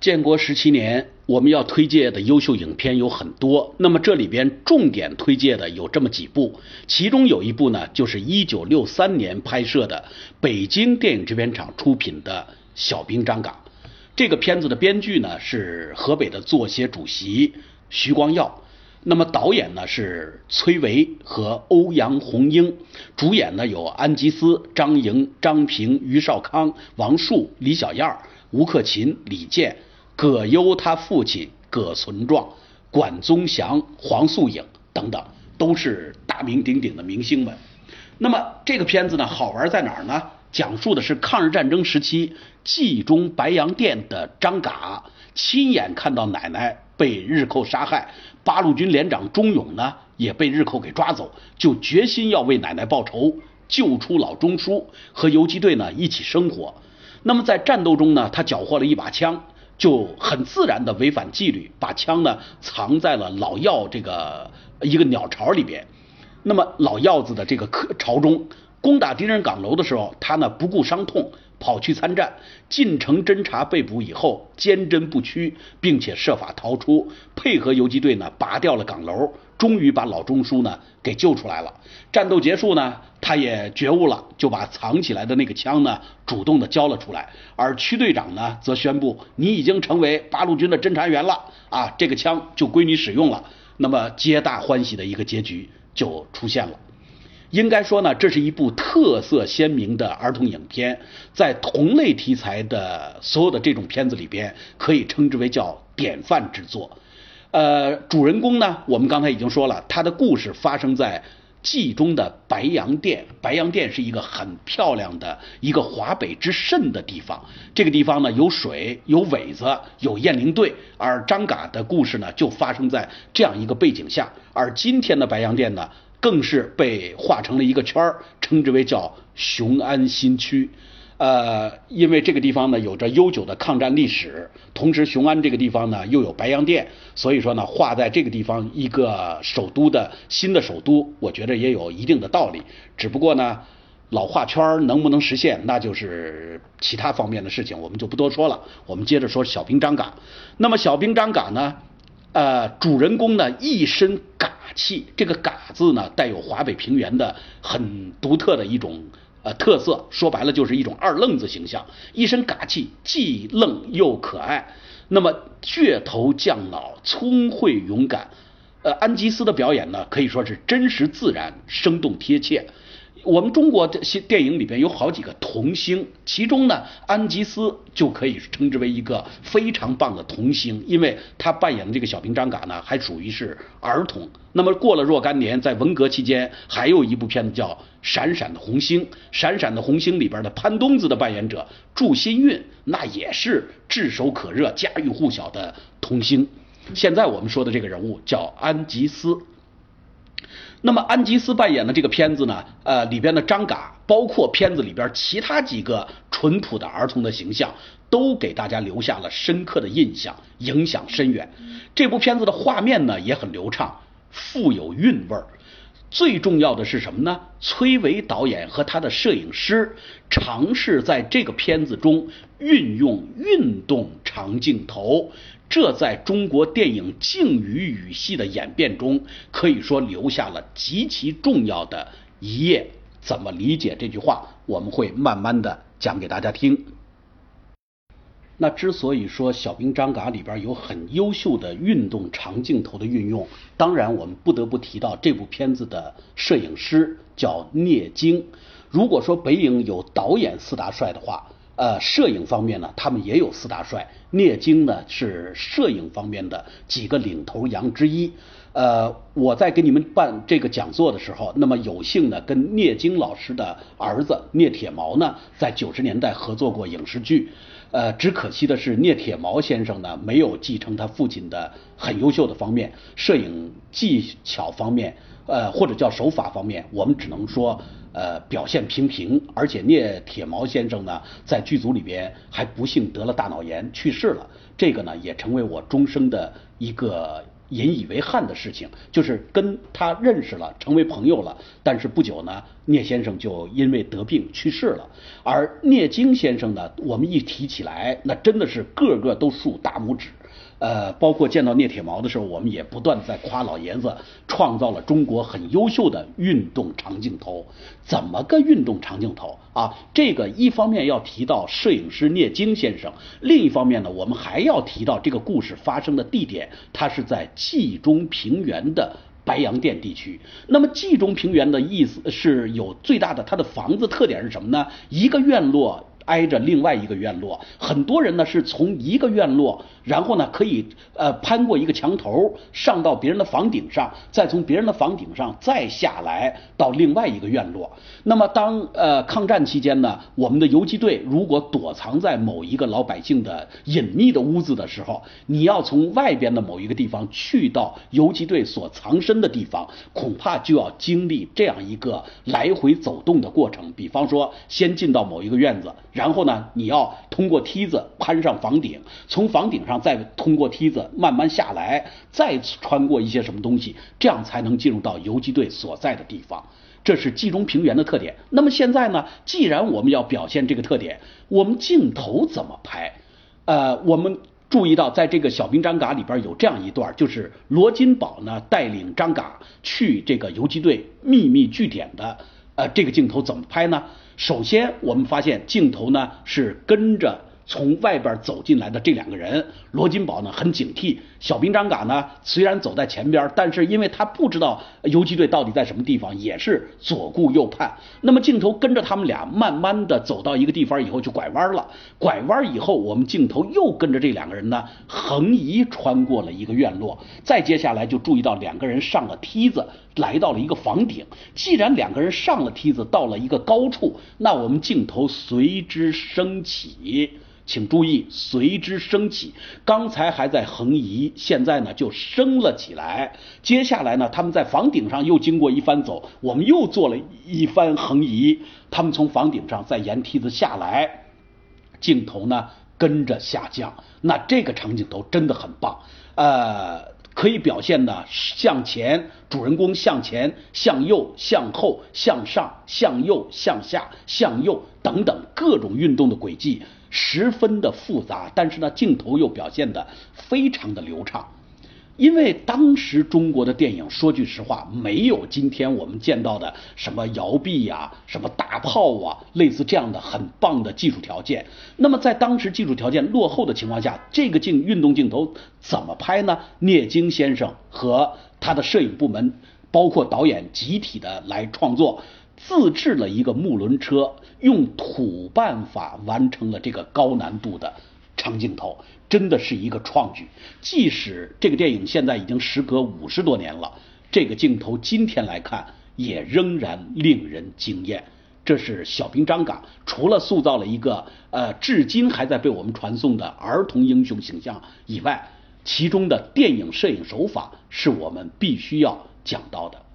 建国17年，我们要推介的优秀影片有很多，那么这里边重点推介的有这么几部，其中有一部呢，就是1963年拍摄的北京电影制片厂出品的《小兵张嘎》。这个片子的编剧呢是河北的作协主席徐光耀，那么导演呢是崔维和欧阳红英，主演呢有安吉斯、张莹、张平、于少康、王树、李小燕、吴克勤、李健、葛优他父亲葛存壮、管宗祥、黄素颖等等，都是大名鼎鼎的明星们。那么这个片子呢好玩在哪儿呢？讲述的是抗日战争时期冀中白洋淀的张嘎亲眼看到奶奶被日寇杀害，八路军连长钟勇呢也被日寇给抓走，就决心要为奶奶报仇，救出老钟书，和游击队呢一起生活。那么在战斗中呢，他缴获了一把枪，就很自然的违反纪律，把枪呢藏在了老药这个一个鸟巢里边。那么老药子的这个巢中，攻打敌人岗楼的时候，他呢不顾伤痛跑去参战，进城侦察被捕以后坚贞不屈，并且设法逃出，配合游击队呢拔掉了岗楼，终于把老钟书呢给救出来了。战斗结束呢，他也觉悟了，就把藏起来的那个枪呢主动的交了出来。而区队长呢则宣布，你已经成为八路军的侦察员了啊，这个枪就归你使用了。那么皆大欢喜的一个结局就出现了。应该说呢，这是一部特色鲜明的儿童影片，在同类题材的所有的这种片子里边，可以称之为叫典范之作。主人公呢，我们刚才已经说了，他的故事发生在冀中的白洋淀。白洋淀是一个很漂亮的一个华北之甚的地方，这个地方呢有水、有苇子、有雁翎队，而张嘎的故事呢就发生在这样一个背景下。而今天的白洋淀呢，更是被划成了一个圈，称之为叫雄安新区。因为这个地方呢有着悠久的抗战历史，同时雄安这个地方呢又有白洋淀，所以说呢划在这个地方一个首都的新的首都，我觉得也有一定的道理。只不过呢老画圈能不能实现，那就是其他方面的事情，我们就不多说了。我们接着说小兵张嘎。那么小兵张嘎呢，主人公呢一身嘎气，这个嘎字呢带有华北平原的很独特的一种特色，说白了就是一种二愣子形象，一身嘎气，既愣又可爱。那么倔头犟脑，聪慧勇敢。安吉斯的表演呢可以说是真实自然，生动贴切。我们中国的电影里边有好几个童星，其中呢安吉斯就可以称之为一个非常棒的童星，因为他扮演的这个小兵张嘎呢还属于是儿童。那么过了若干年，在文革期间还有一部片子叫《闪闪的红星》，《闪闪的红星》里边的潘冬子的扮演者祝新运，那也是炙手可热、家喻户晓的童星。现在我们说的这个人物叫安吉斯。那么安吉斯扮演的这个片子呢，里边的张嘎，包括片子里边其他几个淳朴的儿童的形象，都给大家留下了深刻的印象，影响深远。这部片子的画面呢也很流畅，富有韵味儿。最重要的是什么呢？崔维导演和他的摄影师尝试在这个片子中运用运动长镜头，这在中国电影静语语系的演变中，可以说留下了极其重要的一页。怎么理解这句话，我们会慢慢的讲给大家听。那之所以说小兵张嘎里边有很优秀的运动长镜头的运用，当然我们不得不提到这部片子的摄影师叫聂京。如果说北影有导演四大帅的话，摄影方面呢他们也有四大帅，聂京呢是摄影方面的几个领头羊之一。我在给你们办这个讲座的时候，那么有幸呢跟聂京老师的儿子聂铁毛呢在90年代合作过影视剧。只可惜的是聂铁毛先生呢没有继承他父亲的很优秀的方面，摄影技巧方面或者叫手法方面，我们只能说表现平平。而且聂铁毛先生呢在剧组里边还不幸得了大脑炎去世了，这个呢也成为我终生的一个引以为憾的事情，就是跟他认识了，成为朋友了，但是不久呢聂先生就因为得病去世了。而聂经先生呢，我们一提起来，那真的是个个都竖大拇指。包括见到聂铁毛的时候，我们也不断在夸老爷子创造了中国很优秀的运动长镜头。怎么个运动长镜头啊？这个一方面要提到摄影师聂经先生，另一方面呢，我们还要提到这个故事发生的地点，它是在冀中平原的白洋淀地区。那么冀中平原的意思是有最大的，它的房子特点是什么呢？一个院落挨着另外一个院落，很多人呢是从一个院落，然后呢可以攀过一个墙头上到别人的房顶上，再从别人的房顶上再下来到另外一个院落。那么当抗战期间呢，我们的游击队如果躲藏在某一个老百姓的隐秘的屋子的时候，你要从外边的某一个地方去到游击队所藏身的地方，恐怕就要经历这样一个来回走动的过程。比方说先进到某一个院子，然后呢你要通过梯子攀上房顶，从房顶上再通过梯子慢慢下来，再穿过一些什么东西，这样才能进入到游击队所在的地方。这是冀中平原的特点。那么现在呢，既然我们要表现这个特点，我们镜头怎么拍？我们注意到在这个小兵张嘎里边有这样一段，就是罗金宝呢带领张嘎去这个游击队秘密据点的这个镜头怎么拍呢？首先我们发现镜头呢是跟着从外边走进来的这两个人，罗金宝呢很警惕，小兵张嘎呢虽然走在前边，但是因为他不知道游击队到底在什么地方，也是左顾右盼。那么镜头跟着他们俩慢慢的走到一个地方以后就拐弯了，拐弯以后我们镜头又跟着这两个人呢横移穿过了一个院落，再接下来就注意到两个人上了梯子来到了一个房顶。既然两个人上了梯子到了一个高处，那我们镜头随之升起，请注意随之升起，刚才还在横移，现在呢就升了起来。接下来呢他们在房顶上又经过一番走，我们又做了一番横移，他们从房顶上再沿梯子下来，镜头呢跟着下降。那这个长镜头真的很棒，可以表现呢向前，主人公向前、向右、向后、向上、向右、向下、向右等等各种运动的轨迹，十分的复杂，但是呢镜头又表现得非常的流畅。因为当时中国的电影说句实话没有今天我们见到的什么摇臂啊、什么大炮啊，类似这样的很棒的技术条件。那么在当时技术条件落后的情况下，这个运动镜头怎么拍呢？聂经先生和他的摄影部门包括导演集体的来创作，自制了一个木轮车，用土办法完成了这个高难度的长镜头，真的是一个创举。即使这个电影现在已经时隔50多年了，这个镜头今天来看也仍然令人惊艳。这是小兵张嘎除了塑造了一个至今还在被我们传颂的儿童英雄形象以外，其中的电影摄影手法是我们必须要讲到的。